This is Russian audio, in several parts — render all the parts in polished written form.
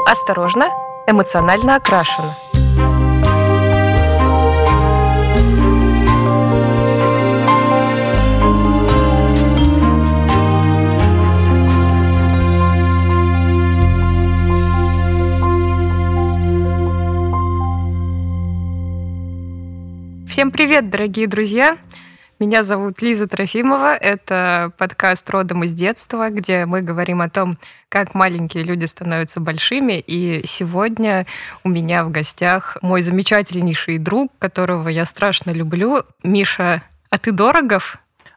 Осторожно, эмоционально окрашено. Всем привет, дорогие друзья! Меня зовут Лиза Трофимова. Это подкаст «Родом из детства», где мы говорим о том, как маленькие люди становятся большими. И сегодня у меня в гостях мой замечательнейший друг, которого я страшно люблю. Миша, а ты Дорогов?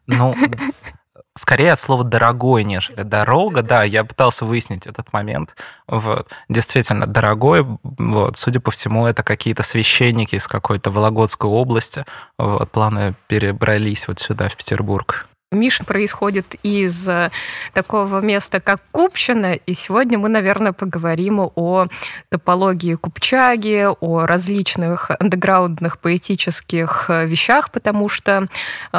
Скорее от слова «дорогой», нежели «дорога». Да, я пытался выяснить этот момент. Вот. Действительно, дорогой. Вот. Судя по всему, это какие-то священники из какой-то Вологодской области. Вот. Плавно перебрались вот сюда, в Петербург. Миша происходит из такого места, как Купчино, и сегодня мы, наверное, поговорим о топологии Купчаги, о различных андеграундных поэтических вещах, потому что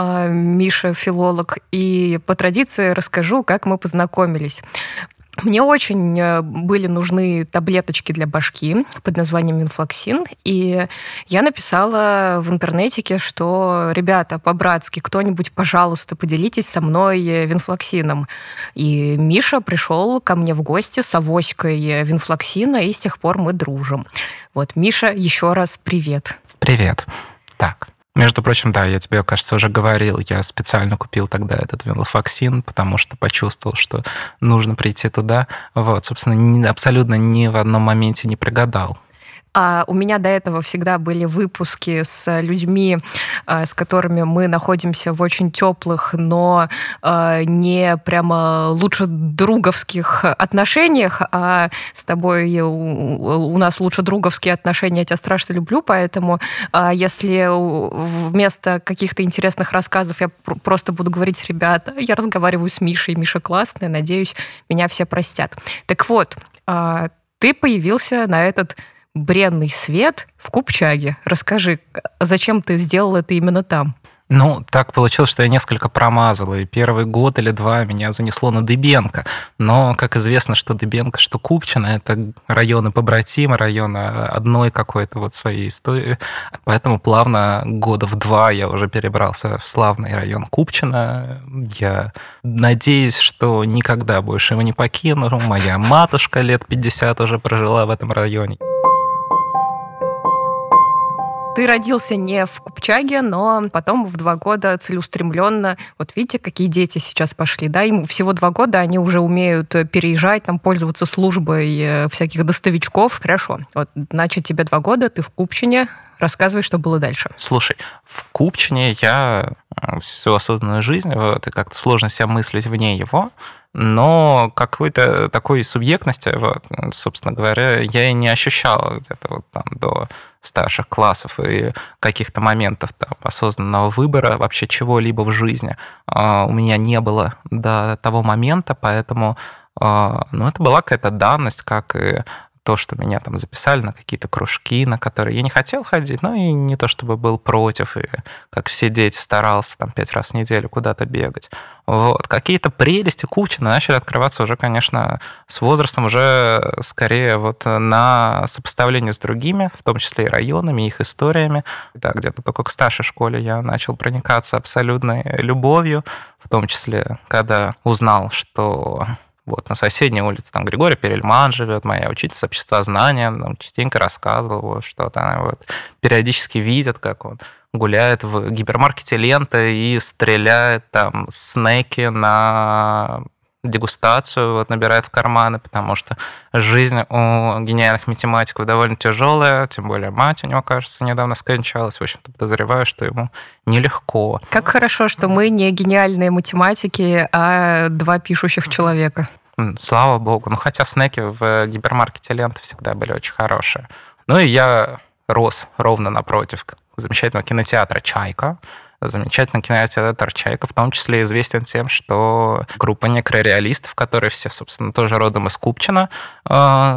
Миша филолог, и по традиции расскажу, как мы познакомились. Мне очень были нужны таблеточки для башки под названием Венфлоксин, и я написала в интернетике, что, ребята, по-братски, кто-нибудь, пожалуйста, поделитесь со мной Венфлоксином. И Миша пришел ко мне в гости с авоськой Венфлоксина, и с тех пор мы дружим. Вот, Миша, еще раз привет. Привет. Так. Между прочим, да, я тебе, кажется, уже говорил, я специально купил тогда этот Венфлоксин, потому что почувствовал, что нужно прийти туда. Вот, собственно, абсолютно ни в одном моменте не прогадал. А у меня до этого всегда были выпуски с людьми, с которыми мы находимся в очень теплых, но не прямо лучше друговских отношениях, а с тобой у нас лучше друговские отношения, я тебя страшно люблю, поэтому если вместо каких-то интересных рассказов я просто буду говорить: ребята, я разговариваю с Мишей, Миша классный, надеюсь, меня все простят. Так вот, ты появился на этот бренный свет в Купчаге. Расскажи, зачем ты сделал это именно там? Так получилось, что я несколько промазал, и первый год или два меня занесло на Дыбенко. Но, как известно, что Дыбенко, что Купчино — это районы побратимы, районы одной какой-то вот своей истории. Поэтому плавно года в два я уже перебрался в славный район Купчино. Я надеюсь, что никогда больше его не покину. Моя матушка лет 50 уже прожила в этом районе. Ты родился не в Купчаге, но потом в 2 года целеустремленно. Вот видите, какие дети сейчас пошли, да? Им всего 2 года, они уже умеют переезжать, там, пользоваться службой всяких достовичков. Хорошо. Вот, значит, тебе 2 года, ты в Купчине. Рассказывай, что было дальше. Слушай, в Купчине я всю осознанную жизнь, вот, и как-то сложно себя мыслить вне его, но какой-то такой субъектности, вот, собственно говоря, я и не ощущал где-то вот там до старших классов и каких-то моментов там осознанного выбора вообще чего-либо в жизни у меня не было до того момента, поэтому это была какая-то данность, как и то, что меня там записали на какие-то кружки, на которые я не хотел ходить, но и не то чтобы был против, и как все дети старался там 5 раз в неделю куда-то бегать. Вот. Какие-то прелести Купчино начали открываться уже, конечно, с возрастом, уже скорее вот на сопоставлении с другими, в том числе и районами, их историями. Да, где-то только к старшей школе я начал проникаться абсолютной любовью, в том числе, когда узнал, что вот на соседней улице там Григорий Перельман живет, моя учительница обществознания, там частенько рассказывала, что она вот периодически видит, как он гуляет в гипермаркете «Лента» и стреляет там снеки на дегустацию, вот, набирает в карманы, потому что жизнь у гениальных математиков довольно тяжелая, тем более мать у него, кажется, недавно скончалась. В общем-то, подозреваю, что ему нелегко. Как хорошо, что мы не гениальные математики, а 2 пишущих человека. Слава богу. Хотя снеки в гипермаркете «Лента» всегда были очень хорошие. И я рос ровно напротив замечательного кинотеатра «Чайка». Замечательный кинотеатр «Чайка», в том числе известен тем, что группа некрореалистов, которые все, собственно, тоже родом из Купчино,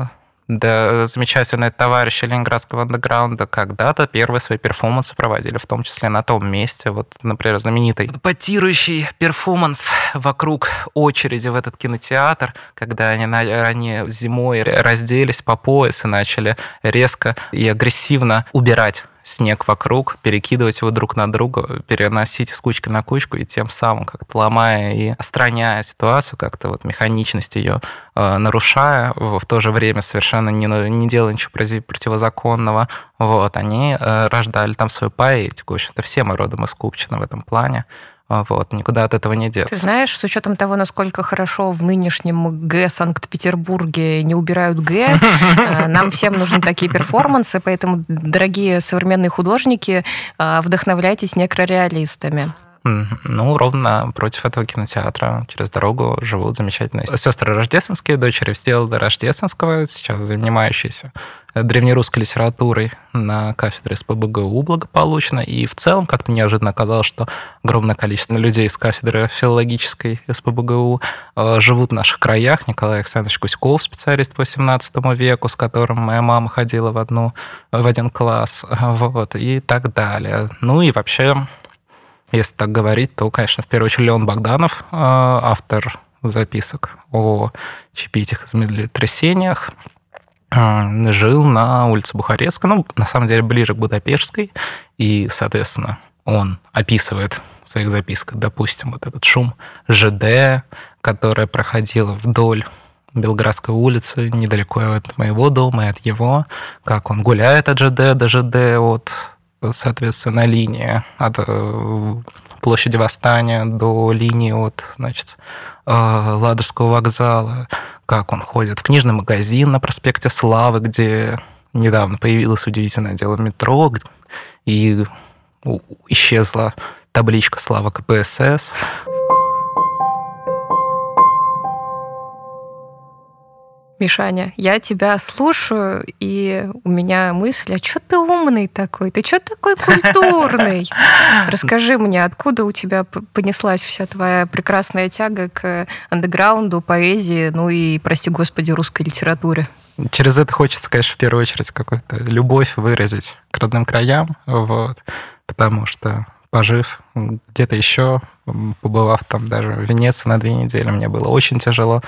да, замечательные товарищи ленинградского андеграунда когда-то первые свои перформансы проводили, в том числе на том месте, вот, например, знаменитый потирующий перформанс вокруг очереди в этот кинотеатр, когда они зимой разделись по пояс и начали резко и агрессивно убирать снег вокруг, перекидывать его друг на друга, переносить с кучки на кучку, и тем самым как-то ломая и остраняя ситуацию, как-то вот механичность ее нарушая, в то же время совершенно не делая ничего противозаконного, вот, они рождали там свою поэтику. В общем-то, все мы родом из Купчино в этом плане. Вот, никуда от этого не деться. Ты знаешь, с учетом того, насколько хорошо в нынешнем Г Санкт-Петербурге не убирают Г, нам всем нужны такие перформансы, поэтому, дорогие современные художники, вдохновляйтесь некрореалистами. Ну, ровно против этого кинотеатра через дорогу живут замечательные сестры рождественские, дочери Всеволода Рождественского, сейчас занимающиеся древнерусской литературой на кафедре СПбГУ благополучно. И в целом как-то неожиданно оказалось, что огромное количество людей с кафедры филологической СПбГУ живут в наших краях. Николай Александрович Кузьков, специалист по XVII веку, с которым моя мама ходила в один класс, вот, и так далее. Ну и вообще... Если так говорить, то, конечно, в первую очередь Леон Богданов, автор записок о чаепитиях и землетрясениях, жил на улице Бухарестской, ну, на самом деле, ближе к Будапештской, и, соответственно, он описывает в своих записках, допустим, вот этот шум ЖД, которая проходила вдоль Белградской улицы, недалеко от моего дома и от его, как он гуляет от ЖД до ЖД, от... соответственно, линия от площади Восстания до линии от, значит, Ладожского вокзала, как он ходит в книжный магазин на проспекте Славы, где недавно появилось удивительное дело метро, и исчезла табличка «Слава КПСС». Мишаня, я тебя слушаю, и у меня мысль, а что ты умный такой? Ты что такой культурный? Расскажи мне, откуда у тебя понеслась вся твоя прекрасная тяга к андеграунду, поэзии, ну и, прости господи, русской литературе? Через это хочется, конечно, в первую очередь какую-то любовь выразить к родным краям, вот, потому что, пожив где-то еще, побывав там даже в Венеции на 2 недели, мне было очень тяжело,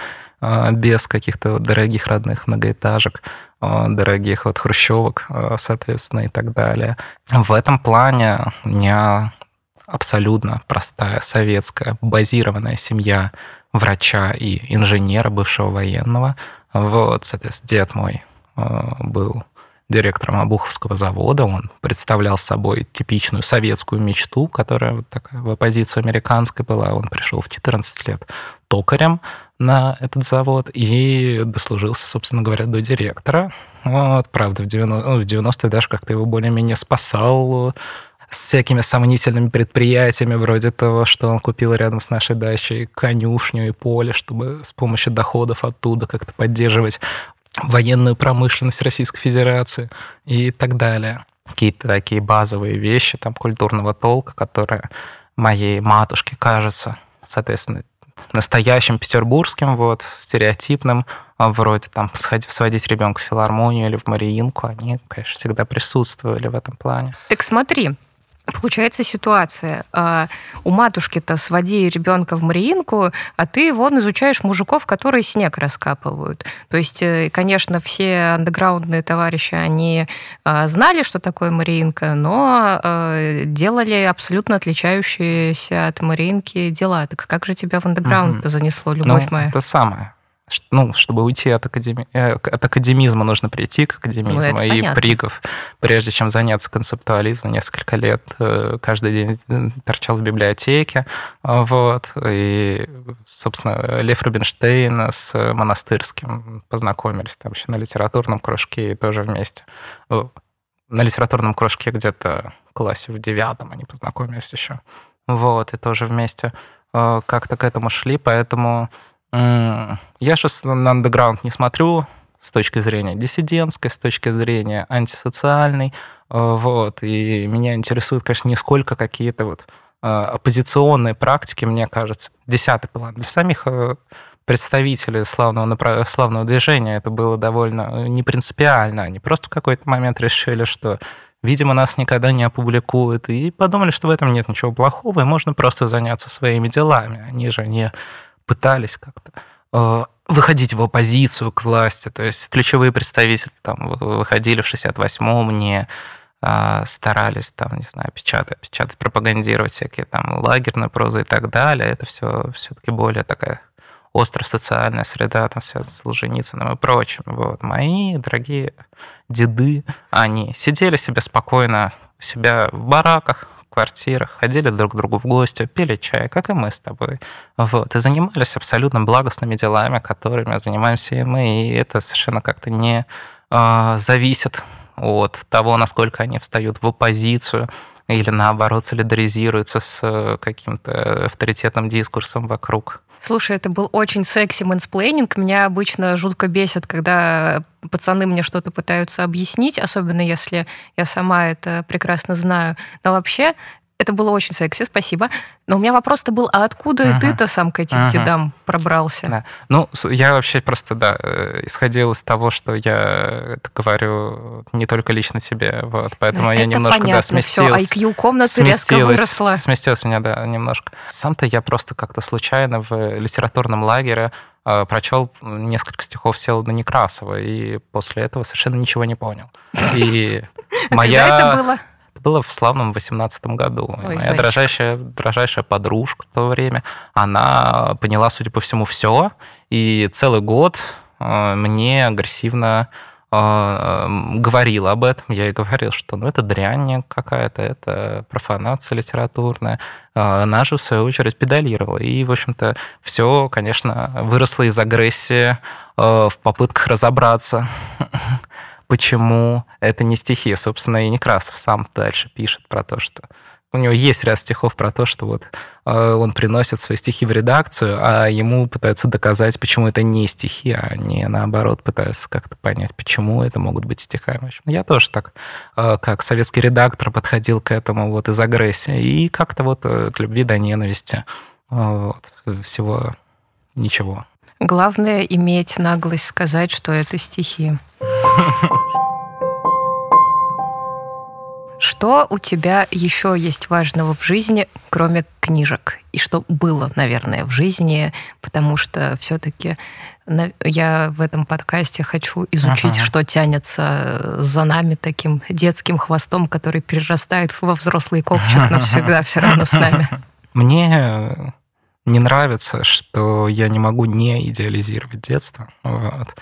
без каких-то дорогих родных многоэтажек, дорогих вот хрущевок, соответственно, и так далее. В этом плане у меня абсолютно простая советская базированная семья врача и инженера, бывшего военного. Вот, соответственно, дед мой был директором Обуховского завода, он представлял собой типичную советскую мечту, которая вот такая в оппозицию американской была. Он пришел в 14 лет токарем на этот завод и дослужился, собственно говоря, до директора. Вот, правда, в 90-е даже как-то его более-менее спасал с всякими сомнительными предприятиями, вроде того, что он купил рядом с нашей дачей конюшню и поле, чтобы с помощью доходов оттуда как-то поддерживать военную промышленность Российской Федерации и так далее. Какие-то такие базовые вещи там культурного толка, которые моей матушке кажутся, соответственно, настоящим петербургским, вот, стереотипным, вроде там сводить ребенка в филармонию или в Мариинку, они, конечно, всегда присутствовали в этом плане. Так смотри, получается ситуация. У матушки-то своди ребенка в Мариинку, а ты вон изучаешь мужиков, которые снег раскапывают. То есть, конечно, все андеграундные товарищи, они знали, что такое Мариинка, но делали абсолютно отличающиеся от Мариинки дела. Так как же тебя в андеграунд-то занесло, любовь моя? Это самое. Ну, чтобы уйти от академизма, нужно прийти к академизму. Ну, и Пригов, прежде чем заняться концептуализмом, несколько лет каждый день торчал в библиотеке. Вот. И, собственно, Лев Рубинштейн с Монастырским познакомились там еще на литературном кружке и тоже вместе. На литературном кружке где-то в классе в 9 они познакомились еще. Вот. И тоже вместе как-то к этому шли, поэтому... Я сейчас на андеграунд не смотрю с точки зрения диссидентской, с точки зрения антисоциальной, вот, и меня интересуют, конечно, не сколько какие-то вот оппозиционные практики, мне кажется, 10-й план. Для самих представители славного движения это было довольно не принципиально. Они просто в какой-то момент решили, что, видимо, нас никогда не опубликуют, и подумали, что в этом нет ничего плохого, и можно просто заняться своими делами. Они же не пытались как-то выходить в оппозицию к власти. То есть ключевые представители там выходили в 68-м, не старались там, не знаю, печатать, пропагандировать всякие там лагерную прозу и так далее. Это все-таки более такая остро-социальная среда, там вся с Солженицыным и прочим. Вот. Мои дорогие деды, они сидели себе спокойно у себя в бараках, в квартирах, ходили друг к другу в гости, пили чай, как и мы с тобой. Вот. И занимались абсолютно благостными делами, которыми занимаемся и мы. И это совершенно как-то не зависит от того, насколько они встают в оппозицию или, наоборот, солидаризируются с каким-то авторитетным дискурсом вокруг. Слушай, это был очень секси-мэнсплейнинг. Меня обычно жутко бесит, когда пацаны мне что-то пытаются объяснить, особенно если я сама это прекрасно знаю. Но вообще это было очень секси, спасибо. Но у меня вопрос-то был, а откуда ты-то сам к этим дедам пробрался? Да. Ну, я вообще просто, исходил из того, что я это говорю не только лично тебе, вот, поэтому я немножко, понятно, сместился. Всё, IQ комнаты резко выросла. Сместилось меня, немножко. Сам-то я просто как-то случайно в литературном лагере прочел несколько стихов Всеволода Некрасова, и после этого совершенно ничего не понял. И Когда это было? Было в славном 18-м году. Ой, моя дрожайшая подружка в то время, она поняла, судя по всему, все, и целый год мне агрессивно говорила об этом. Я ей говорил, что это дрянь какая-то, это профанация литературная. Она же, в свою очередь, педалировала. И, в общем-то, все, конечно, выросло из агрессии в попытках разобраться, почему это не стихи. Собственно, и Некрасов сам дальше пишет про то, что у него есть ряд стихов про то, что вот он приносит свои стихи в редакцию, а ему пытаются доказать, почему это не стихи, а не наоборот пытаются как-то понять, почему это могут быть стихами. В общем, я тоже так, как советский редактор, подходил к этому вот из агрессии и как-то вот от любви до ненависти. Вот, всего ничего. Главное иметь наглость сказать, что это стихи. Что у тебя еще есть важного в жизни, кроме книжек? И что было, наверное, в жизни? Потому что все-таки я в этом подкасте хочу изучить, что тянется за нами таким детским хвостом, который перерастает во взрослый копчик навсегда все равно с нами. Мне не нравится, что я не могу не идеализировать детство. Вот.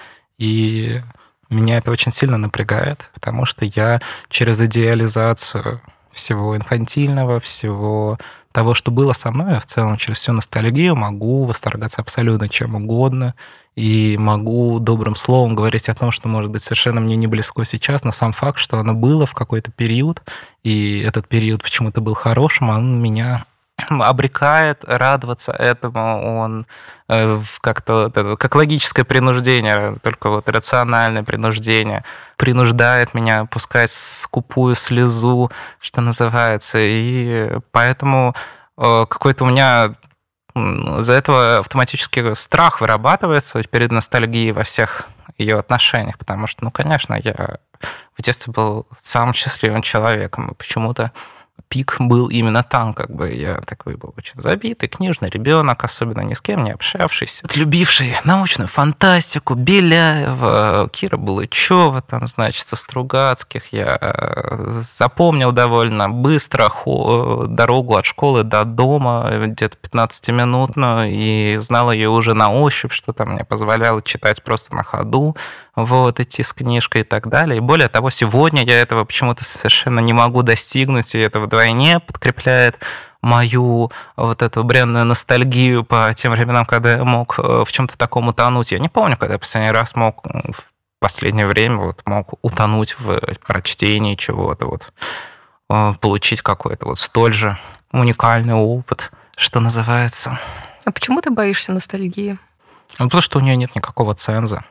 И меня это очень сильно напрягает, потому что я через идеализацию всего инфантильного, всего того, что было со мной, а в целом через всю ностальгию могу восторгаться абсолютно чем угодно и могу добрым словом говорить о том, что, может быть, совершенно мне не близко сейчас, но сам факт, что оно было в какой-то период, и этот период почему-то был хорошим, он меня обрекает радоваться этому, он как-то как логическое принуждение, только вот рациональное принуждение принуждает меня пускать скупую слезу, что называется, и поэтому какой-то у меня из-за этого автоматически страх вырабатывается перед ностальгией во всех ее отношениях, потому что, конечно, я в детстве был самым счастливым человеком, и почему-то пик был именно там, я такой был очень забитый, книжный ребенок, особенно ни с кем не общавшийся, любивший научную фантастику, Беляева, Кира Булычева, Стругацких. Я запомнил довольно быстро дорогу от школы до дома, где-то 15-минутную, и знал ее уже на ощупь, что мне позволяло читать просто на ходу, идти с книжкой и так далее. И более того, сегодня я этого почему-то совершенно не могу достигнуть, и это вдвойне подкрепляет мою вот эту бренную ностальгию по тем временам, когда я мог в чем-то таком утонуть. Я не помню, когда я последний раз мог в последнее время мог утонуть в прочтении чего-то, получить какой-то столь же уникальный опыт, что называется. А почему ты боишься ностальгии? Потому что у нее нет никакого ценза.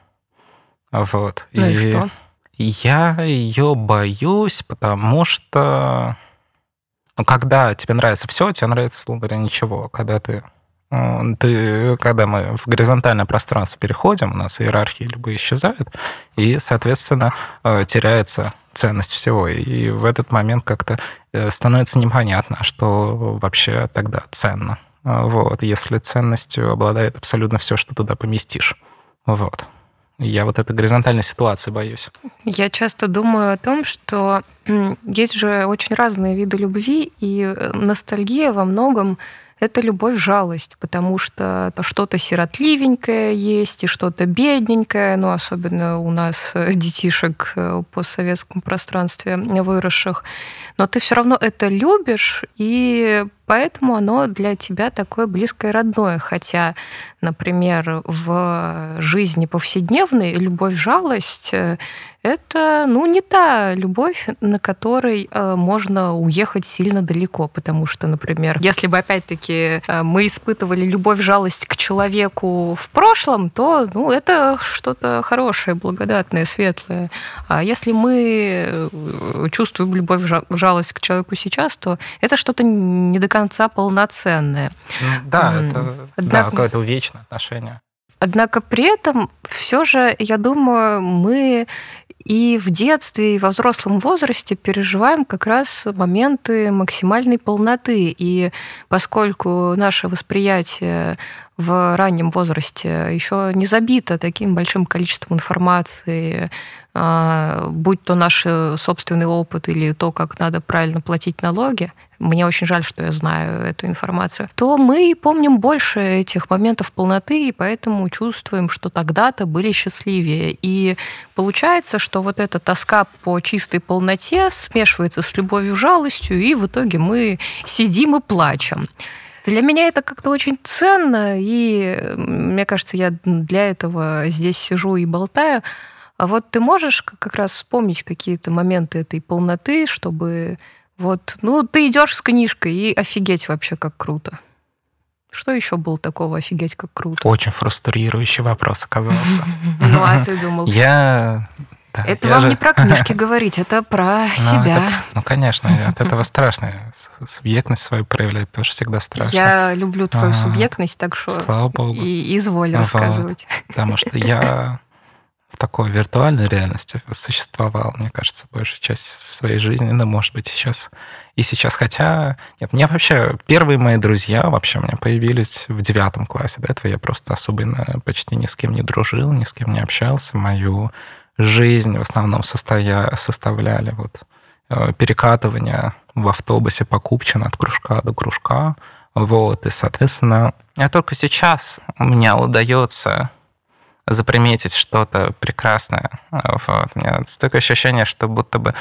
Ну и что? Я ее боюсь, потому что когда тебе нравится все, тебе нравится, условно говоря, ничего. Когда ты Когда мы в горизонтальное пространство переходим, у нас иерархии любые исчезают, и, соответственно, теряется ценность всего. И в этот момент как-то становится непонятно, что вообще тогда ценно. Вот. Если ценностью обладает абсолютно все, что туда поместишь. Вот. Я вот этой горизонтальной ситуации боюсь. Я часто думаю о том, что есть же очень разные виды любви, и ностальгия во многом это любовь-жалость, потому что что-то сиротливенькое есть и что-то бедненькое, ну, особенно у нас детишек в постсоветском пространстве выросших. Но ты все равно это любишь, и поэтому оно для тебя такое близкое и родное. Хотя, например, в жизни повседневной любовь-жалость это, ну, не та любовь, на которой можно уехать сильно далеко, потому что, например, если бы, опять-таки, мы испытывали любовь-жалость к человеку в прошлом, то, ну, это что-то хорошее, благодатное, светлое. А если мы чувствуем любовь-жалость к человеку сейчас, то это что-то не до конца полноценное. Да, это какое-то вечное отношение. Однако при этом все же, я думаю, мы и в детстве, и во взрослом возрасте переживаем как раз моменты максимальной полноты. И поскольку наше восприятие в раннем возрасте еще не забито таким большим количеством информации, будь то наш собственный опыт или то, как надо правильно платить налоги, мне очень жаль, что я знаю эту информацию, то мы помним больше этих моментов полноты, и поэтому чувствуем, что тогда-то были счастливее. И получается, что вот эта тоска по чистой полноте смешивается с любовью, жалостью, и в итоге мы сидим и плачем. Для меня это как-то очень ценно, и мне кажется, я для этого здесь сижу и болтаю. А вот ты можешь как раз вспомнить какие-то моменты этой полноты, чтобы вот, ну, ты идешь с книжкой и офигеть вообще, как круто. Что еще было такого офигеть, как круто? Очень фрустрирующий вопрос оказался. Ну, а ты думал? Это вам не про книжки говорить, это про себя. Ну, конечно, от этого страшно. Субъектность свою проявлять тоже всегда страшно. Я люблю твою субъектность, так что слава богу. И изволь рассказывать. Потому что я в такой виртуальной реальности существовал, мне кажется, большую часть своей жизни, ну, может быть, сейчас. Хотя... Нет, мне вообще... Первые мои друзья вообще у меня появились в 9 классе. До этого я просто особенно почти ни с кем не дружил, ни с кем не общался. Мою жизнь в основном составляли вот перекатывания в автобусе по Купчино от кружка до кружка. Вот, и, соответственно, только сейчас у меня удается заприметить что-то прекрасное. Вот. У меня такое ощущение, что будто бы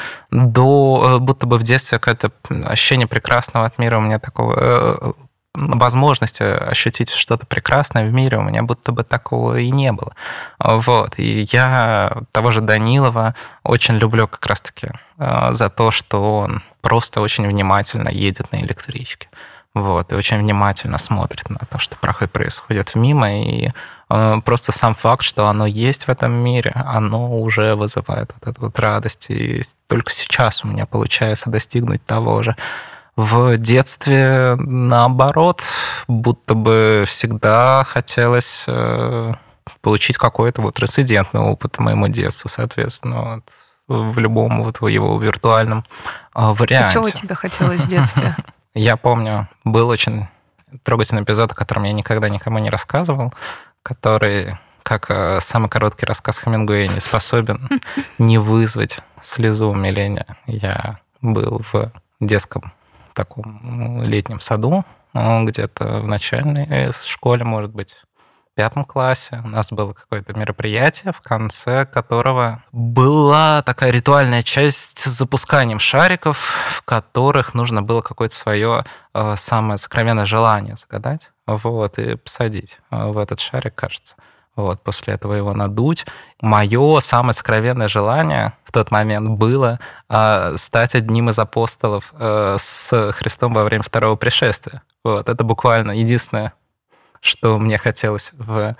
в детстве какое-то ощущение прекрасного от мира у меня такого возможности ощутить что-то прекрасное в мире у меня будто бы такого и не было. Вот. И я того же Данилова очень люблю как раз-таки за то, что он просто очень внимательно едет на электричке. Вот, и очень внимательно смотрит на то, что происходит мимо, и просто сам факт, что оно есть в этом мире, оно уже вызывает вот эту вот радость, и только сейчас у меня получается достигнуть того же. В детстве, наоборот, будто бы всегда хотелось получить какой-то вот трансцендентный опыт моему детству, соответственно, вот, в любом вот его виртуальном варианте. А чего тебе хотелось в детстве? Я помню, был очень трогательный эпизод, о котором я никогда никому не рассказывал, который, как самый короткий рассказ Хемингуэя, не способен не вызвать слезу умиления. Я был в детском таком летнем саду, где-то в начальной школе, может быть, в 5 классе. У нас было какое-то мероприятие, в конце которого была такая ритуальная часть с запусканием шариков, в которых нужно было какое-то свое самое сокровенное желание загадать, вот, и посадить в этот шарик, кажется. Вот, после этого его надуть. Мое самое сокровенное желание в тот момент было стать одним из апостолов с Христом во время второго пришествия. Вот, это буквально единственное, что мне хотелось в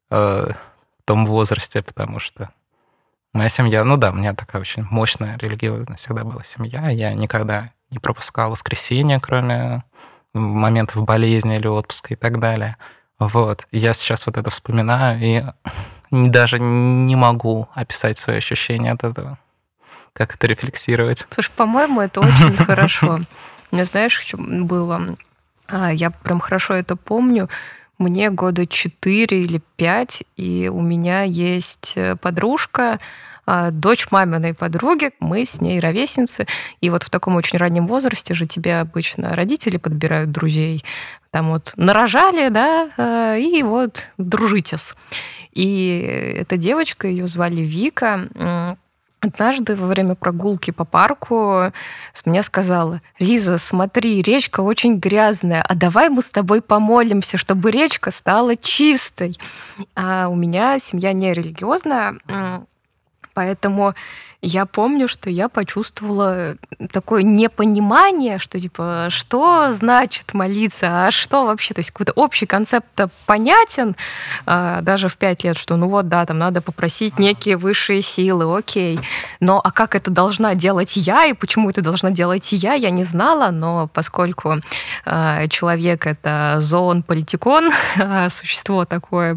том возрасте, потому что моя семья, ну да, у меня такая очень мощная религиозная всегда была семья, я никогда не пропускал воскресенье, кроме моментов болезни или отпуска и так далее. Вот. Я сейчас вот это вспоминаю и даже не могу описать свои ощущения от этого. Как это рефлексировать? Слушай, по-моему, это очень хорошо. У меня, знаешь, что было? Я прям хорошо это помню. Мне года 4 или 5, и у меня есть подружка, дочь маминой подруги, мы с ней ровесницы, и вот в таком очень раннем возрасте же тебе обычно родители подбирают друзей, там вот нарожали, да, и вот дружитесь. И эта девочка, ее звали Вика, однажды во время прогулки по парку мне сказала: «Лиза, смотри, речка очень грязная, а давай мы с тобой помолимся, чтобы речка стала чистой». А у меня семья нерелигиозная, поэтому я помню, что я почувствовала такое непонимание, что типа, что значит молиться, а что вообще, то есть какой-то общий концепт понятен, даже в 5 лет, что ну вот, да, там надо попросить некие высшие силы, окей, но а как это должна делать я, и почему это должна делать я не знала, но поскольку человек — это зоон-политикон, существо такое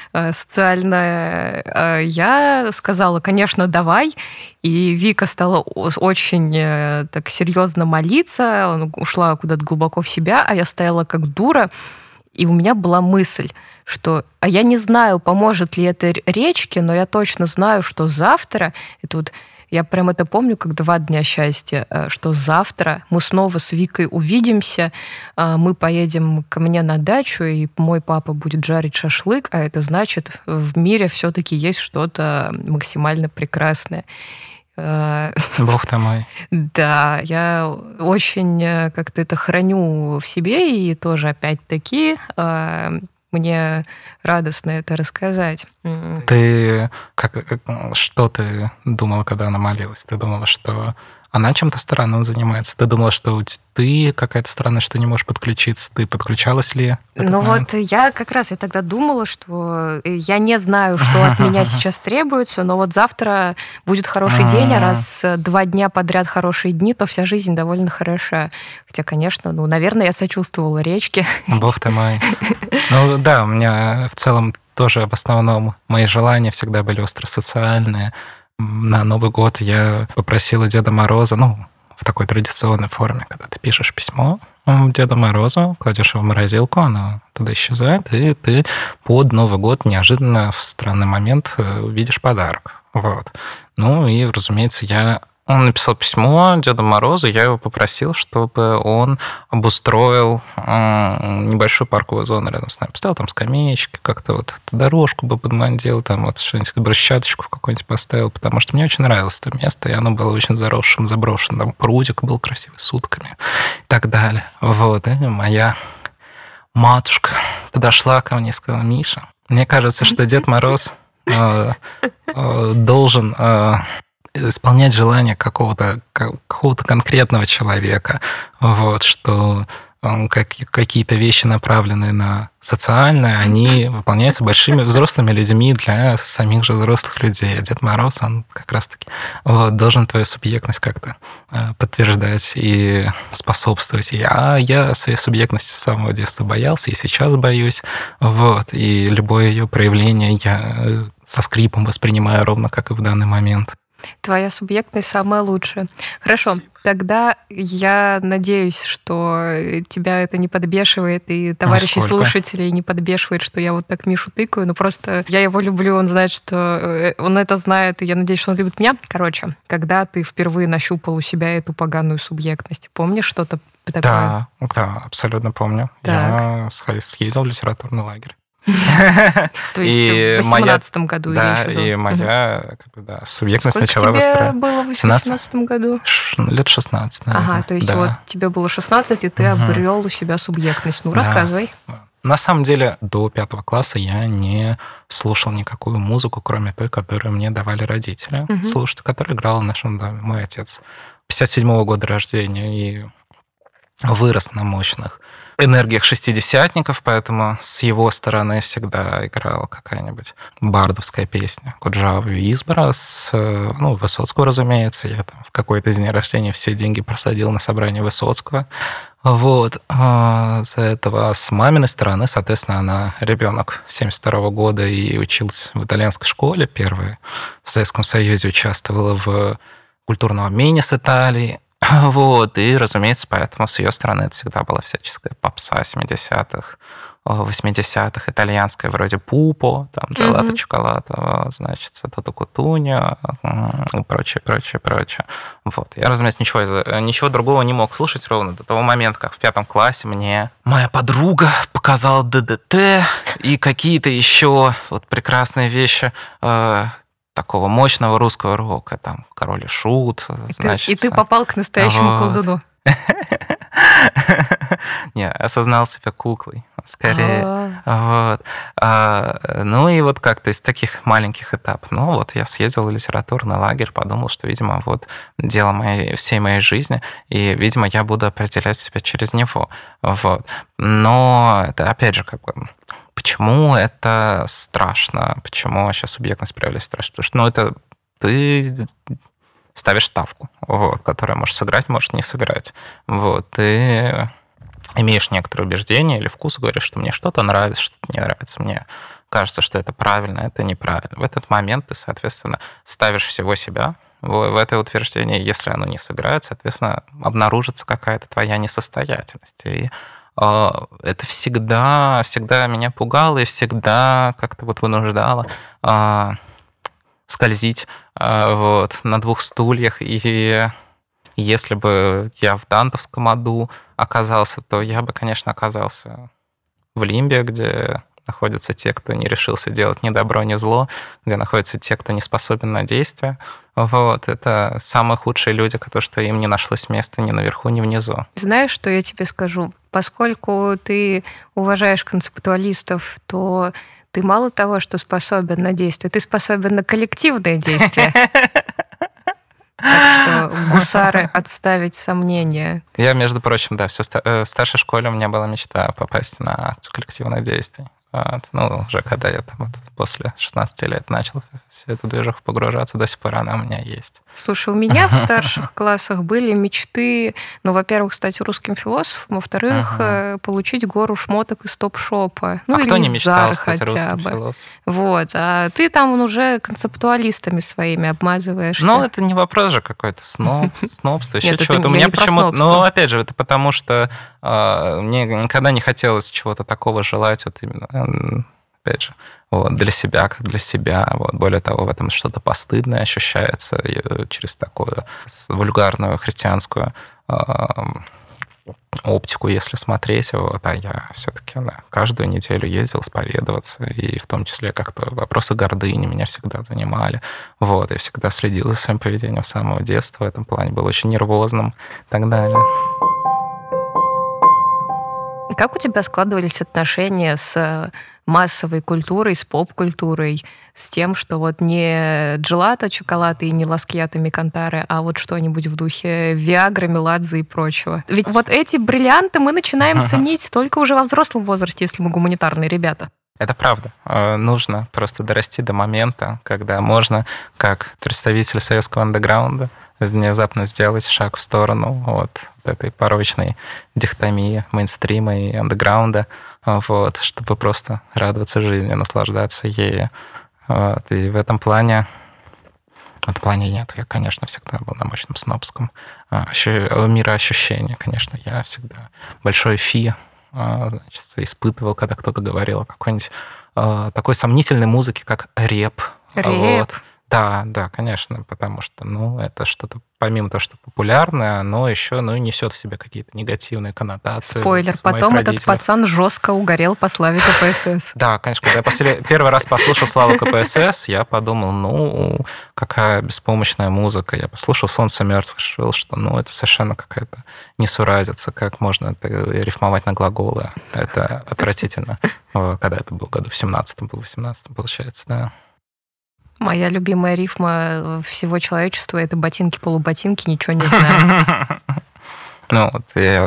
социальное, я сказала, конечно, давай. И Вика стала очень так серьезно молиться, ушла куда-то глубоко в себя, а я стояла как дура, и у меня была мысль, что я не знаю, поможет ли это речке, но я точно знаю, что завтра, это вот я прям это помню, как 2 дня счастья, что завтра мы снова с Викой увидимся, мы поедем ко мне на дачу, и мой папа будет жарить шашлык, а это значит, в мире все-таки есть что-то максимально прекрасное. Бог ты мой. Да, я очень как-то это храню в себе, и тоже опять-таки мне радостно это рассказать. Ты что ты думала, когда она молилась? Ты думала, что она чем-то странным занимается? Ты думала, что ты какая-то странная, что не можешь подключиться? Ты подключалась ли? Ну вот я тогда думала, что я не знаю, что от меня сейчас требуется, но вот завтра будет хороший день, а раз 2 дня подряд хорошие дни, то вся жизнь довольно хороша. Хотя, конечно, наверное, я сочувствовала речке. Бог ты мой. Ну да, у меня в целом тоже в основном мои желания всегда были остросоциальные. На Новый год я попросила Деда Мороза, в такой традиционной форме, когда ты пишешь письмо Деду Морозу, кладешь его в морозилку, оно туда исчезает, и ты под Новый год неожиданно в странный момент видишь подарок. Вот. Ну и, разумеется, он написал письмо Деду Морозу, я его попросил, чтобы он обустроил небольшую парковую зону рядом с нами. Поставил там скамеечки, как-то вот дорожку бы подмандил, там вот что-нибудь, брусчаточку какую-нибудь поставил, потому что мне очень нравилось это место, и оно было очень заросшим, заброшенным. Там прудик был красивый, с утками и так далее. Вот, и моя матушка подошла ко мне и сказала: «Миша, мне кажется, что Дед Мороз должен исполнять желания какого-то конкретного человека, вот, что какие-то вещи, направленные на социальное, они выполняются большими взрослыми людьми для самих же взрослых людей. А Дед Мороз, он как раз-таки должен твою субъектность как-то подтверждать и способствовать. Я своей субъектности с самого детства боялся, и сейчас боюсь. Вот, и любое ее проявление я со скрипом воспринимаю ровно как и в данный момент. Твоя субъектность самая лучшая. Хорошо, тогда я надеюсь, что тебя это не подбешивает, и товарищей слушателей не подбешивает, что я вот так Мишу тыкаю. Но просто я его люблю, он знает, что он это знает, и я надеюсь, что он любит меня. Короче, когда ты впервые нащупал у себя эту поганую субъектность, помнишь что-то такое? Да, абсолютно помню. Я съездил в литературный лагерь. То есть в 18-м году, да, имеешь в виду? и моя субъектность Сколько начала выстраиваться. тебе было в 18-м году? Лет 16, наверное. Ага, то есть вот тебе было 16, и ты обрел у себя субъектность. Ну, рассказывай. На самом деле, до 5 класса я не слушал никакую музыку, кроме той, которую мне давали родители слушать, которая играла в нашем доме. Мой отец 57-го года рождения и вырос на мощных энергиях шестидесятников, поэтому с его стороны всегда играла какая-нибудь бардовская песня Куджавы и Избора, Высоцкого, разумеется. Я там в какой-то день рождения все деньги просадил на собрание Высоцкого. Вот. За этого с маминой стороны, соответственно, она ребенок 72 года и учился в итальянской школе. Первая в Советском Союзе участвовала в культурном обмене с Италией. Вот. И, разумеется, поэтому с ее стороны это всегда была всяческая попса 70-х, 80-х, итальянская, вроде Пупо, там, Джелато Чоколато, значит, Тото Кутуньо, и прочее, прочее, прочее. Вот. Я, разумеется, ничего другого не мог слушать ровно до того момента, как в 5 классе мне моя подруга показала ДДТ и какие-то еще вот прекрасные вещи такого мощного русского рока, там, Король и Шут, значит. И ты попал к настоящему колдуну. Не, осознал себя куклой, скорее. Вот. Ну и вот как-то из таких маленьких этапов. Ну вот я съездил в литературный лагерь, подумал, что, видимо, вот дело всей моей жизни, и, видимо, я буду определять себя через него. Вот. Но это, опять же, как бы... Почему это страшно? Почему вообще субъектность проявляется страшно? Потому что, это ты ставишь ставку, вот, которая может сыграть, может не сыграть. Вот, ты имеешь некоторые убеждения или вкус, говоришь, что мне что-то нравится, что-то не нравится. Мне кажется, что это правильно, это неправильно. В этот момент ты, соответственно, ставишь всего себя в это утверждение. Если оно не сыграет, соответственно, обнаружится какая-то твоя несостоятельность. И это всегда меня пугало и всегда как-то вот вынуждало скользить вот, на 2 стульях. И если бы я в Дантовском аду оказался, то я бы, конечно, оказался в Лимбе, где находятся те, кто не решился делать ни добро, ни зло, где находятся те, кто не способен на действия. Вот. Это самые худшие люди, потому что им не нашлось места ни наверху, ни внизу. Знаешь, что я тебе скажу? Поскольку ты уважаешь концептуалистов, то ты мало того, что способен на действие, ты способен на коллективное действие. Так что гусары отставить сомнения. Я, между прочим, да, в старшей школе у меня была мечта попасть на акцию коллективных действий. Вот. Ну, уже когда я там вот после 16 лет начал всю эту движуху погружаться, до сих пор она у меня есть. Слушай, у меня в старших классах были мечты, ну, во-первых, стать русским философом, во-вторых, получить гору шмоток из топ-шопа. Ну, или из Зары хотя бы. Вот. А ты там уже концептуалистами своими обмазываешься. Ну, это не вопрос же какой-то снобство, еще Нет, чего-то. У меня почему-то... Ну, опять же, это потому что мне никогда не хотелось чего-то такого желать, вот именно, опять же, вот, для себя, как для себя. Вот. Более того, в этом что-то постыдное ощущается через такую вульгарную христианскую оптику, если смотреть. Вот. А я все-таки каждую неделю ездил исповедоваться, и в том числе как-то вопросы гордыни меня всегда занимали. Вот. Я всегда следил за своим поведением с самого детства. В этом плане был очень нервозным и так далее. Как у тебя складывались отношения с массовой культурой, с поп-культурой, с тем, что вот не джелато, чоколаты и не ласкьято микантары, а вот что-нибудь в духе Виагры, Меладзе и прочего? Ведь вот эти бриллианты мы начинаем ценить только уже во взрослом возрасте, если мы гуманитарные ребята. Это правда. Нужно просто дорасти до момента, когда можно, как представитель советского андеграунда, внезапно сделать шаг в сторону вот этой порочной дихотомии мейнстрима и андеграунда, вот, чтобы просто радоваться жизни, наслаждаться ею. Вот. И в этом плане нет. Я, конечно, всегда был на мощном снобском мироощущении. Конечно, я всегда большой фи испытывал, когда кто-то говорил о какой-нибудь такой сомнительной музыке, как рэп. Рэп? Вот. Да, конечно, потому что, это что-то, помимо того, что популярное, оно еще, несет в себе какие-то негативные коннотации. Спойлер, потом этот пацан жестко угорел по славе КПСС. Да, конечно, когда я первый раз послушал славу КПСС, я подумал, какая беспомощная музыка. Я послушал «Солнце мертвых», решил, что, это совершенно какая-то несуразица, как можно это рифмовать на глаголы. Это отвратительно. Когда это было, году в 17-м, был 18-м, получается, да. Моя любимая рифма всего человечества — это ботинки-полуботинки, ничего не знаю. Я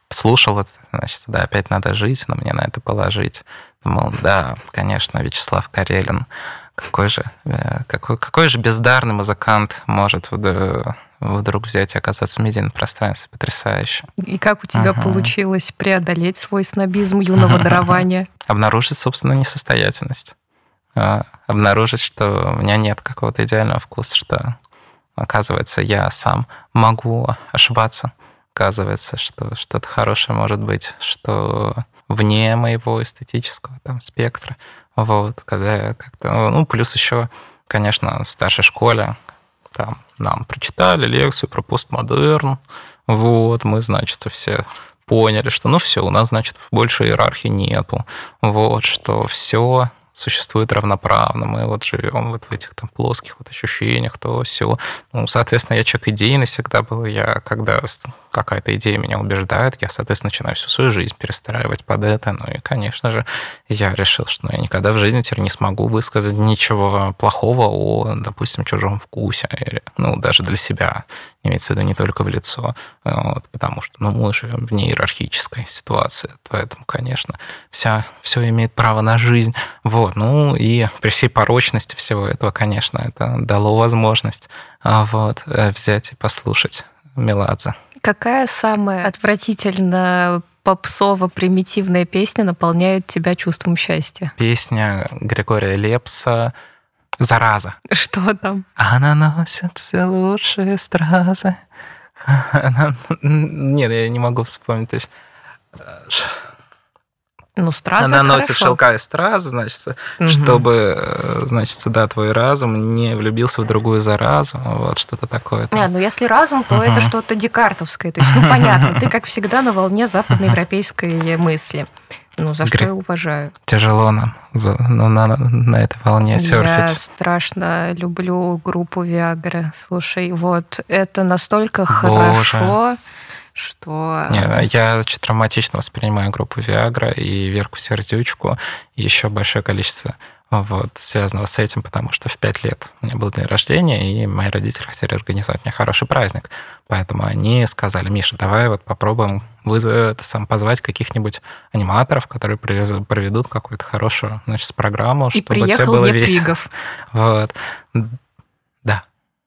слушал это, значит, да, опять надо жить, но мне на это положить. Думал, да, конечно, Вячеслав Карелин, какой же бездарный музыкант может вдруг взять и оказаться в медийном пространстве. Потрясающе. И как у тебя получилось преодолеть свой снобизм юного дарования? Обнаружить собственную несостоятельность. Обнаружить, что у меня нет какого-то идеального вкуса, что, оказывается, я сам могу ошибаться. Оказывается, что что-то хорошее может быть, что вне моего эстетического там спектра. Вот, когда я как-то... Ну, плюс еще, конечно, в старшей школе там нам прочитали лекцию про постмодерн. Вот, мы, значит, все поняли, что, ну, все, у нас, значит, больше иерархии нету. Вот, что все существует равноправно, мы вот живем вот в этих там плоских вот ощущениях, то все. Ну, соответственно, я человек идейный всегда был. Я, когда какая-то идея меня убеждает, я, соответственно, начинаю всю свою жизнь перестраивать под это. Ну и, конечно же, я решил, что я никогда в жизни теперь не смогу высказать ничего плохого о, допустим, чужом вкусе. Или, ну, даже для себя. Имеется в виду не только в лицо. Вот, потому что, ну, мы живем в неиерархической ситуации. Поэтому, конечно, все имеет право на жизнь. Вот. Ну и при всей порочности всего этого, конечно, это дало возможность вот, взять и послушать Меладзе. Какая самая отвратительно попсово-примитивная песня наполняет тебя чувством счастья? Песня Григория Лепса «Зараза». Что там? Она носит все лучшие стразы. Нет, я не могу вспомнить. Ну, стразы — она носит хорошо. шелка и стразы, значит, чтобы, значит, да, твой разум не влюбился в другую заразу, вот что-то такое. Ну если разум, то это что-то декартовское. То есть, ну, понятно, ты, как всегда, на волне западноевропейской мысли. Ну, за что я уважаю. Тяжело нам на этой волне серфить. Я страшно люблю группу Viagra. Слушай, вот это настолько хорошо, что... Не, я очень травматично воспринимаю группу Viagra и Верку Сердючку, и еще большое количество вот, связанного с этим, потому что в 5 лет у меня был день рождения, и мои родители хотели организовать мне хороший праздник. Поэтому они сказали: Миша, давай вот попробуем позвать каких-нибудь аниматоров, которые проведут какую-то хорошую, значит, программу, и чтобы тебе было весело. Пригов. Вот. Да.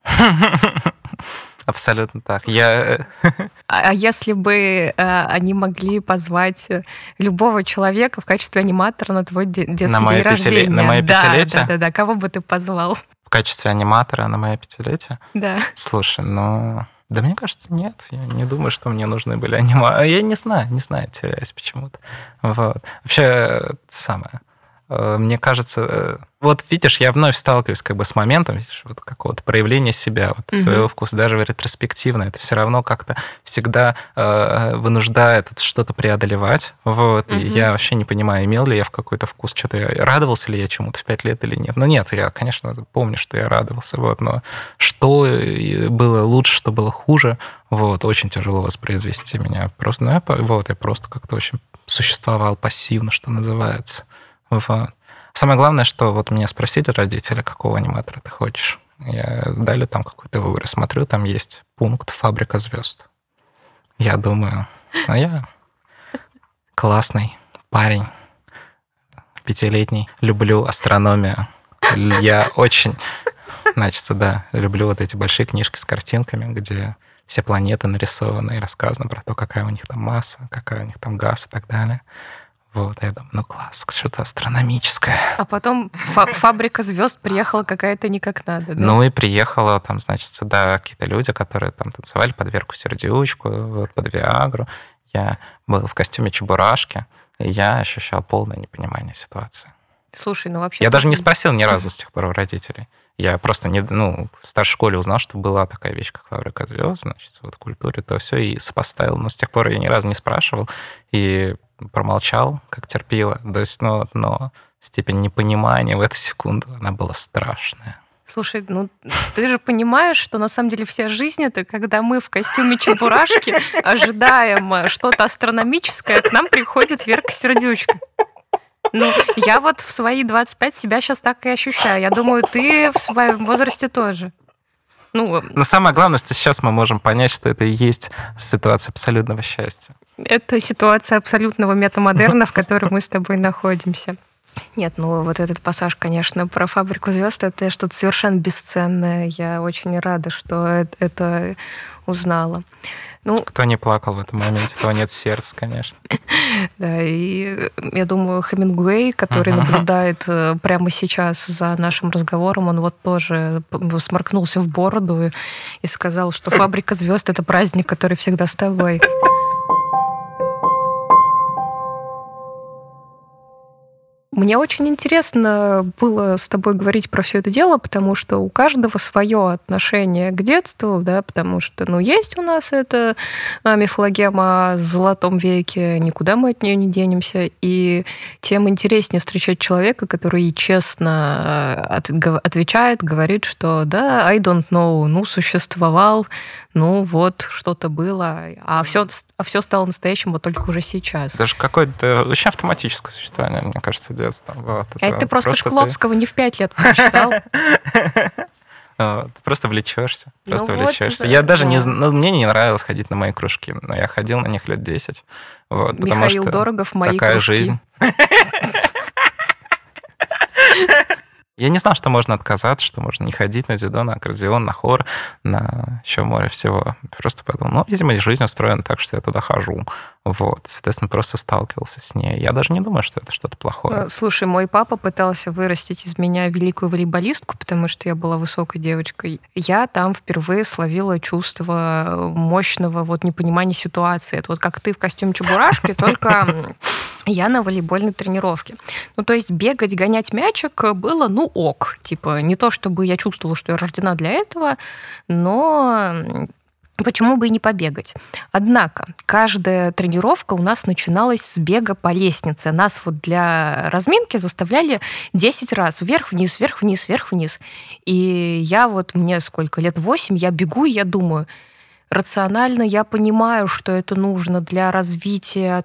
Абсолютно так. А если бы они могли позвать любого человека в качестве аниматора на твой детский день рождения? На мое пятилетие? Да. Кого бы ты позвал? В качестве аниматора на мое пятилетие? Да. Слушай, ну... Да мне кажется, нет. Я не думаю, что мне нужны были аниматоры. Я не знаю, теряюсь почему-то. Вот. Вообще, самое... Мне кажется, вот видишь, я вновь сталкиваюсь как бы с моментом, видишь, вот какого-то проявления себя, вот, своего вкуса, даже ретроспективно. Это все равно как-то всегда вынуждает что-то преодолевать. Вот. И я вообще не понимаю, имел ли я в какой-то вкус, что-то радовался ли я чему-то в 5 лет или нет. Ну нет, я, конечно, помню, что я радовался, вот, но что было лучше, что было хуже, вот, очень тяжело воспроизвести меня. Просто, я просто как-то очень существовал пассивно, что называется. Вот. Самое главное, что вот меня спросили родители, какого аниматора ты хочешь. Я дали там какой-то выбор. Смотрю, там есть пункт «Фабрика звезд». Я думаю, я классный парень, 5-летний, люблю астрономию. Я очень, значит, да, люблю вот эти большие книжки с картинками, где все планеты нарисованы и рассказано про то, какая у них там масса, какая у них там газ и так далее. Вот, я думаю, ну класс, что-то астрономическое. А потом «Фабрика звезд» приехала какая-то не как надо, да? Ну и приехала там, значит, да, какие-то люди, которые там танцевали под Верку Сердючку, вот, под Виагру. Я был в костюме Чебурашки, и я ощущал полное непонимание ситуации. Слушай, ну вообще... Я даже не спросил ни разу с тех пор у родителей. Я просто в старшей школе узнал, что была такая вещь, как «Фабрика звезд», значит, вот в культуре, то все, и сопоставил. Но с тех пор я ни разу не спрашивал и промолчал, как терпила. То есть, но степень непонимания в эту секунду, она была страшная. Слушай, ну ты же понимаешь, что на самом деле вся жизнь — это когда мы в костюме Чебурашки ожидаем что-то астрономическое, к нам приходит Верка Сердючка. Ну, я вот в свои 25 себя сейчас так и ощущаю. Я думаю, ты в своем возрасте тоже. Но самое главное, что сейчас мы можем понять, что это и есть ситуация абсолютного счастья. Это ситуация абсолютного метамодерна, в которой мы с тобой находимся. Нет, вот этот пассаж, конечно, про «Фабрику звезд» — это что-то совершенно бесценное. Я очень рада, что это узнала. Кто не плакал в этом моменте, того нет сердца, конечно. Да, и я думаю, Хемингуэй, который наблюдает прямо сейчас за нашим разговором, он вот тоже сморкнулся в бороду и сказал, что «Фабрика звезд» — это праздник, который всегда с тобой. Мне очень интересно было с тобой говорить про все это дело, потому что у каждого свое отношение к детству, да, потому что, есть у нас эта мифологема о золотом веке, никуда мы от нее не денемся, и тем интереснее встречать человека, который честно отвечает, говорит, что да, I don't know, существовал, что-то было, а все стало настоящим вот только уже сейчас. Даже какое-то очень автоматическое существование, мне кажется, детства. Это ты просто Шкловского не в 5 лет прочитал. Ты просто влечешься. Я даже не знаю, мне не нравилось ходить на мои кружки, но я ходил на них лет 10. Михаил Дорогов, мои такая кружки. Жизнь. Я не знал, что можно отказаться, что можно не ходить на дзюдо, на аккордеон, на хор, на еще море всего. Просто подумал, видимо, жизнь устроена так, что я туда хожу. Соответственно, просто сталкивался с ней. Я даже не думаю, что это что-то плохое. Слушай, мой папа пытался вырастить из меня великую волейболистку, потому что я была высокой девочкой. Я там впервые словила чувство мощного непонимания ситуации. Это как ты в костюме Чебурашки, только я на волейбольной тренировке. То есть бегать, гонять мячик было, ок. Не то, чтобы я чувствовала, что я рождена для этого, но почему бы и не побегать? Однако, каждая тренировка у нас начиналась с бега по лестнице. Нас для разминки заставляли 10 раз вверх-вниз, вверх-вниз, вверх-вниз. И мне сколько, лет 8, я бегу, и я думаю, рационально я понимаю, что это нужно для развития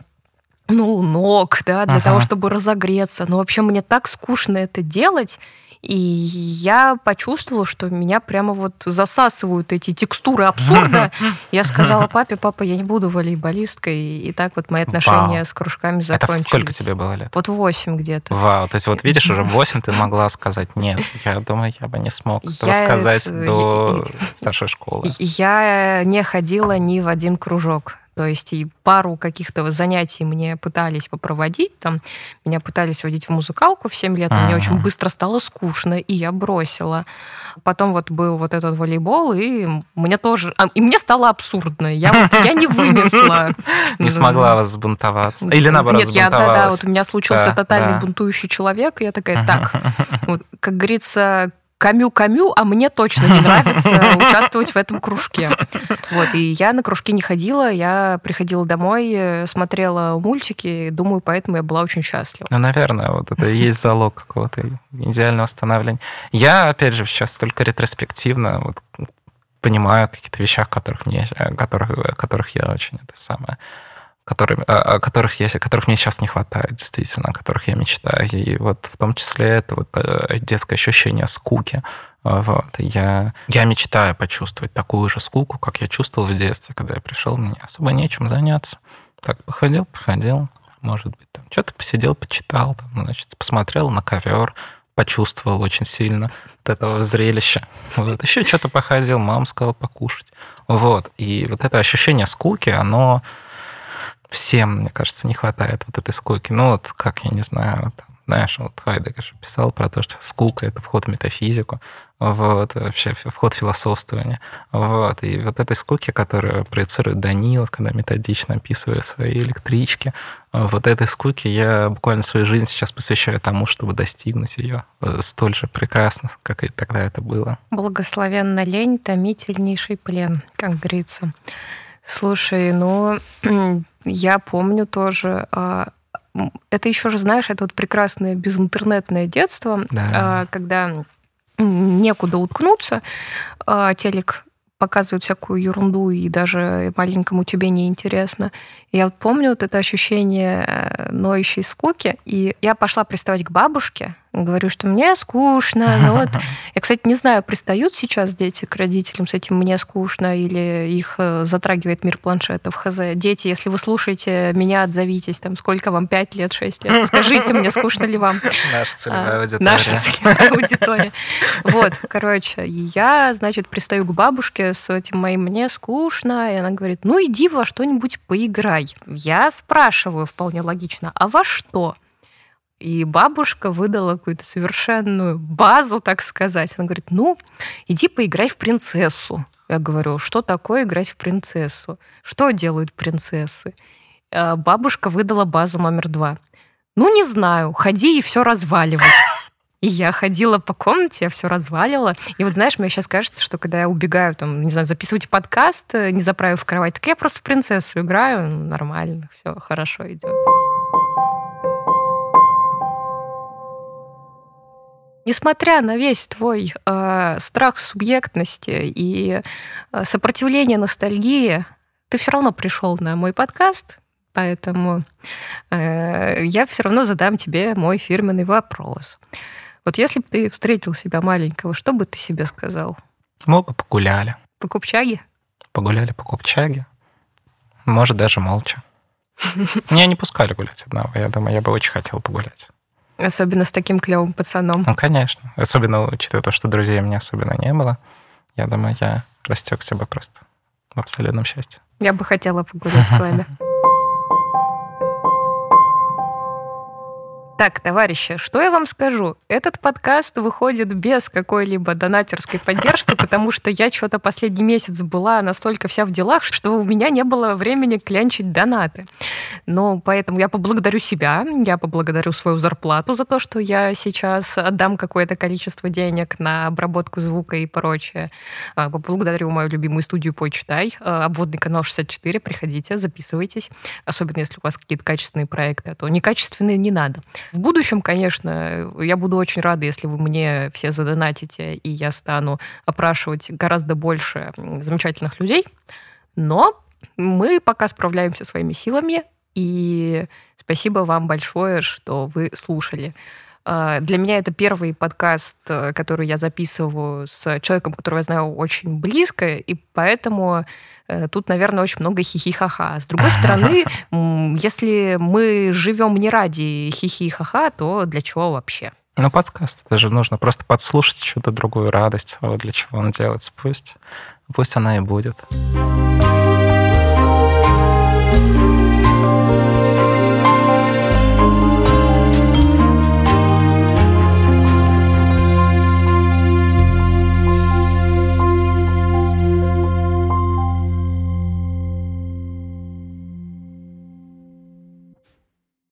ног, да, для того, чтобы разогреться. Но вообще мне так скучно это делать, и я почувствовала, что меня прямо засасывают эти текстуры абсурда. Я сказала папе: папа, я не буду волейболисткой. И так мои отношения с кружками закончились. Это сколько тебе было лет? 8 где-то. Вау, то есть видишь, уже в 8 ты могла сказать нет. Я думаю, я бы не смог этого сказать до старшей школы. Я не ходила ни в один кружок. То есть и пару каких-то занятий мне пытались попроводить. Меня пытались водить в музыкалку в 7 лет, но мне очень быстро стало скучно, и я бросила. Потом был этот волейбол, и мне тоже... И мне стало абсурдно. Я не вынесла. Не смогла взбунтоваться. Или наоборот, взбунтовалась. У меня случился тотальный бунтующий человек, и я такая, как говорится... Камю, а мне точно не нравится участвовать в этом кружке. И я на кружки не ходила, я приходила домой, смотрела мультики, думаю, поэтому я была очень счастлива. Наверное, это и есть залог какого-то идеального становления. Я, опять же, сейчас только ретроспективно понимаю о каких-то вещах, которых я очень которых мне сейчас не хватает, действительно, о которых я мечтаю. И в том числе это детское ощущение скуки. Я мечтаю почувствовать такую же скуку, как я чувствовал в детстве, когда я пришел, мне особо нечем заняться. Так, походил, может быть, что-то посидел, почитал, посмотрел на ковер, почувствовал очень сильно от этого зрелища. Еще что-то походил, мама сказала покушать. И это ощущение скуки, оно... Всем, мне кажется, не хватает этой скуки. Как, я не знаю, Хайдеггер же писал про то, что скука — это вход в метафизику, вообще вход в философствование. И этой скуки, которую проецирует Данилов, когда методично описывает свои электрички, этой скуки я буквально свою жизнь сейчас посвящаю тому, чтобы достигнуть ее столь же прекрасно, как и тогда это было. Благословенна лень, томительнейший плен, как говорится. Слушай, я помню тоже, это еще же, знаешь, это прекрасное безинтернетное детство, да. Когда некуда уткнуться, телек показывают всякую ерунду, и даже маленькому тебе неинтересно. Я помню это ощущение ноющей скуки, и я пошла приставать к бабушке, Говорю, что мне скучно. Но вот я, кстати, не знаю, пристают сейчас дети к родителям с этим «мне скучно» или их затрагивает мир планшетов, хз. Дети, если вы слушаете меня, отзовитесь, там, сколько вам, 5 лет, 6 лет, скажите мне, скучно ли вам. Наша целевая аудитория. Наша целевая аудитория. Вот, короче, я, значит, пристаю к бабушке с этим моим «мне скучно», и она говорит, ну, иди во что-нибудь поиграй. Я спрашиваю вполне логично, а во что? И бабушка выдала какую-то совершенную базу, так сказать. Она говорит, ну, иди поиграй в принцессу. Я говорю, что такое играть в принцессу? Что делают принцессы? Бабушка выдала базу номер 2. Ну, не знаю, ходи и все разваливай. И я ходила по комнате, я все развалила. И вот, знаешь, мне сейчас кажется, что когда я убегаю, там, не знаю, записывать подкаст, не заправив в кровать, так я просто в принцессу играю, нормально, все хорошо идет. Несмотря на весь твой страх субъектности и сопротивление ностальгии, ты все равно пришел на мой подкаст, поэтому я все равно задам тебе мой фирменный вопрос. Вот если бы ты встретил себя маленького, что бы ты себе сказал? Мы бы погуляли. По Купчаге? Погуляли по Купчаге. Может, даже молча. Меня не пускали гулять одного. Я думаю, я бы очень хотел погулять. Особенно с таким клевым пацаном. Ну, конечно. Особенно учитывая то, что друзей у меня особенно не было. Я думаю, я растекся бы просто в абсолютном счастье. Я бы хотела погулять с вами. Так, товарищи, что я вам скажу? Этот подкаст выходит без какой-либо донатерской поддержки, потому что я что-то последний месяц была настолько вся в делах, что у меня не было времени клянчить донаты. Но поэтому я поблагодарю себя, я поблагодарю свою зарплату за то, что я сейчас отдам какое-то количество денег на обработку звука и прочее. Поблагодарю мою любимую студию «Почитай», обводный канал 64, приходите, записывайтесь, особенно если у вас какие-то качественные проекты, а то некачественные не надо. В будущем, конечно, я буду очень рада, если вы мне все задонатите, и я стану опрашивать гораздо больше замечательных людей. Но мы пока справляемся своими силами, и спасибо вам большое, что вы слушали. Для меня это первый подкаст, который я записываю с человеком, которого я знаю очень близко, и поэтому тут, наверное, очень много хихи-ха-ха. С другой стороны, если мы живем не ради хихи-ха-ха, то для чего вообще? Ну, подкаст, это же нужно просто подслушать что-то другую радость. Вот для чего он делается. Пусть она и будет.